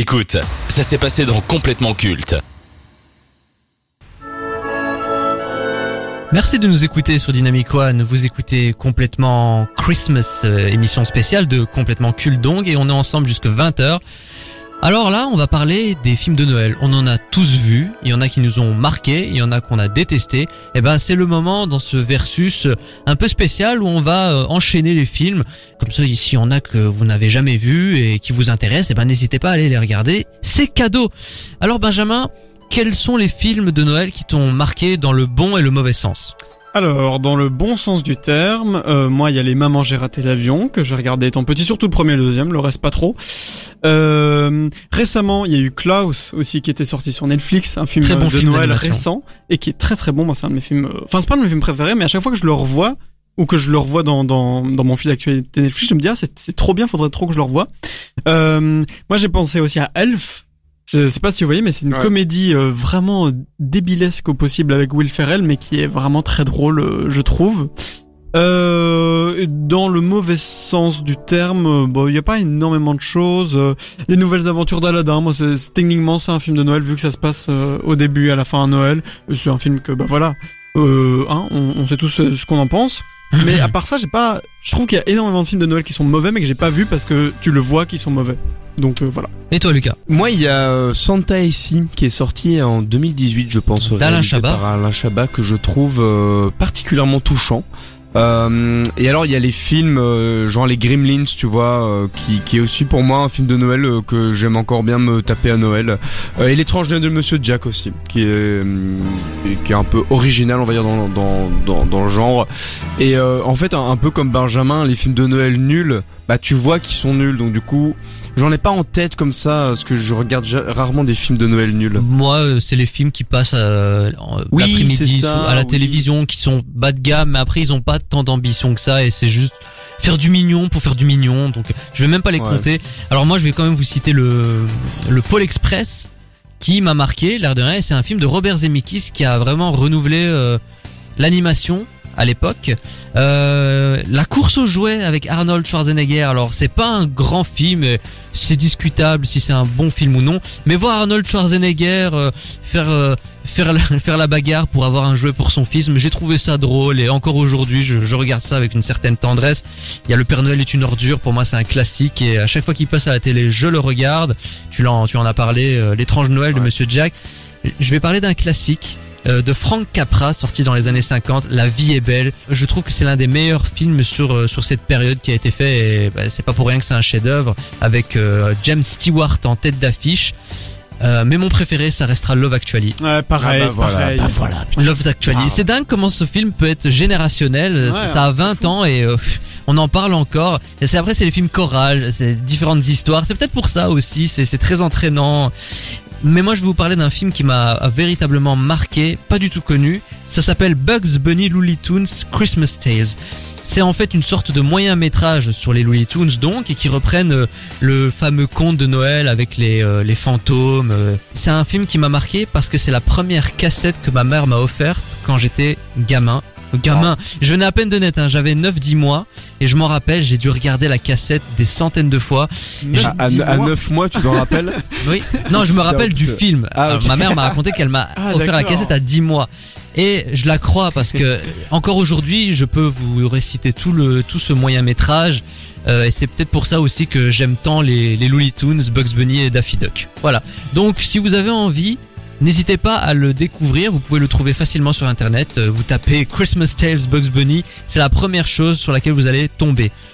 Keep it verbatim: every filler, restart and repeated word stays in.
Écoute, ça s'est passé dans Complètement Culte. Merci de nous écouter sur Dynamic One. Vous écoutez Complètement Christmas, euh, émission spéciale de Complètement Culte donc, et on est ensemble jusqu'à vingt heures. Alors là, on va parler des films de Noël. On en a tous vu. Il y en a qui nous ont marqués, il y en a qu'on a détestés. Et ben, c'est le moment dans ce versus un peu spécial où on va euh, enchaîner les films. Comme ça, ici, il y en a que vous n'avez jamais vus et qui vous intéressent. Et ben, n'hésitez pas à aller les regarder. C'est cadeau. Alors, Benjamin, quels sont les films de Noël qui t'ont marqué dans le bon et le mauvais sens ? Alors, dans le bon sens du terme, euh, moi, il y a les Maman, j'ai raté l'avion, que j'ai regardé étant petit, surtout le premier et le deuxième, le reste pas trop. Euh, récemment, il y a eu Klaus aussi, qui était sorti sur Netflix, un film bon de film Noël d'animation. récent, et qui est très très bon. Moi, c'est un de mes films, euh, enfin, c'est pas un de mes films préférés, mais à chaque fois que je le revois, ou que je le revois dans, dans, dans mon fil d'actualité Netflix, je me dis, ah, c'est, c'est trop bien, faudrait trop que je le revoie. Euh, moi, j'ai pensé aussi à Elf. Je sais pas si vous voyez, mais c'est une Ouais. comédie euh, vraiment débilesque au possible avec Will Ferrell, mais qui est vraiment très drôle, euh, je trouve. Euh, dans le mauvais sens du terme, euh, bon, il y a pas énormément de choses. Euh, les nouvelles aventures d'Aladin, moi, c'est, c'est- techniquement, c'est un film de Noël vu que ça se passe euh, au début et à la fin à Noël. Et c'est un film que, bah voilà, euh, hein, on, on sait tous ce, ce qu'on en pense. Mais à part ça, j'ai pas. Je trouve qu'il y a énormément de films de Noël qui sont mauvais, mais que j'ai pas vu parce que tu le vois qu'ils sont mauvais. Donc euh, voilà. Et toi, Lucas ? Moi, il y a euh, Santa ici qui est sorti en deux mille dix-huit, je pense, D'Alain réalisé Chabat. par Alain Chabat, que je trouve euh, particulièrement touchant. Euh, et alors, il y a les films euh, genre les Gremlins, tu vois, euh, qui, qui est aussi pour moi un film de Noël euh, que j'aime encore bien me taper à Noël. Euh, et l'étrange Noël de Monsieur Jack aussi, qui est euh, qui est un peu original, on va dire, dans dans dans, dans le genre. Et euh, en fait, un, un peu comme Benjamin, les films de Noël nuls, bah tu vois qu'ils sont nuls, donc du coup. J'en ai pas en tête comme ça, parce que je regarde ja- rarement des films de Noël nuls. Moi, euh, c'est les films qui passent euh, en- Oui, l'après-midi c'est ça, sous- à la oui. télévision, qui sont bas de gamme, mais après ils ont pas tant d'ambition que ça, et c'est juste faire du mignon pour faire du mignon. Donc, je vais même pas les Ouais. compter. Alors moi, je vais quand même vous citer le le Pôle Express, qui m'a marqué, l'air de rien. Et c'est un film de Robert Zemeckis qui a vraiment renouvelé euh, l'animation à l'époque. Euh, la course aux jouets avec Arnold Schwarzenegger. Alors c'est pas un grand film, et c'est discutable si c'est un bon film ou non. Mais voir Arnold Schwarzenegger euh, faire euh, faire la, faire la bagarre pour avoir un jouet pour son fils, mais j'ai trouvé ça drôle et encore aujourd'hui je, je regarde ça avec une certaine tendresse. Il y a Le Père Noël est une ordure, pour moi c'est un classique et à chaque fois qu'il passe à la télé je le regarde. Tu l'en tu en as parlé, euh, L'étrange Noël de Ouais. Monsieur Jack. Je vais parler d'un classique euh, de Frank Capra, sorti dans les années cinquante, La vie est belle. Je trouve que c'est l'un des meilleurs films sur euh, sur cette période qui a été fait, et bah, c'est pas pour rien que c'est un chef-d'œuvre avec euh, James Stewart en tête d'affiche. Euh, mais mon préféré, ça restera Love Actually. Ouais, pareil, Ah bah voilà, pareil. bah voilà. Love Actually. Ah. C'est dingue comment ce film peut être générationnel. Ouais, ça, ça a vingt ans et euh, on en parle encore. Et c'est après c'est les films chorales, c'est différentes histoires. C'est peut-être pour ça aussi. C'est c'est très entraînant. Mais moi je vais vous parler d'un film qui m'a véritablement marqué, pas du tout connu. Ça s'appelle Bugs Bunny Looney Tunes Christmas Tales. C'est en fait une sorte de moyen métrage sur les Looney Tunes donc, et qui reprennent euh, le fameux conte de Noël avec les euh, les fantômes. euh. C'est un film qui m'a marqué parce que c'est la première cassette que ma mère m'a offerte quand j'étais gamin. Gamin, je venais à peine de naître, hein, j'avais neuf dix mois et je m'en rappelle, j'ai dû regarder la cassette des centaines de fois. À, à, à neuf mois, tu t'en rappelles? Oui, non, je me rappelle du Putain. film. Ah, Alors, ok. ma mère m'a raconté qu'elle m'a Ah, offert la d'accord. cassette à dix mois. Et je la crois parce que encore aujourd'hui, je peux vous réciter tout le tout ce moyen métrage. Euh, et c'est peut-être pour ça aussi que j'aime tant les les Looney Tunes, Bugs Bunny et Daffy Duck. Voilà. Donc si vous avez envie, n'hésitez pas à le découvrir. Vous pouvez le trouver facilement sur internet. Euh, Vous tapez Christmas Tales Bugs Bunny, c'est la première chose sur laquelle vous allez tomber.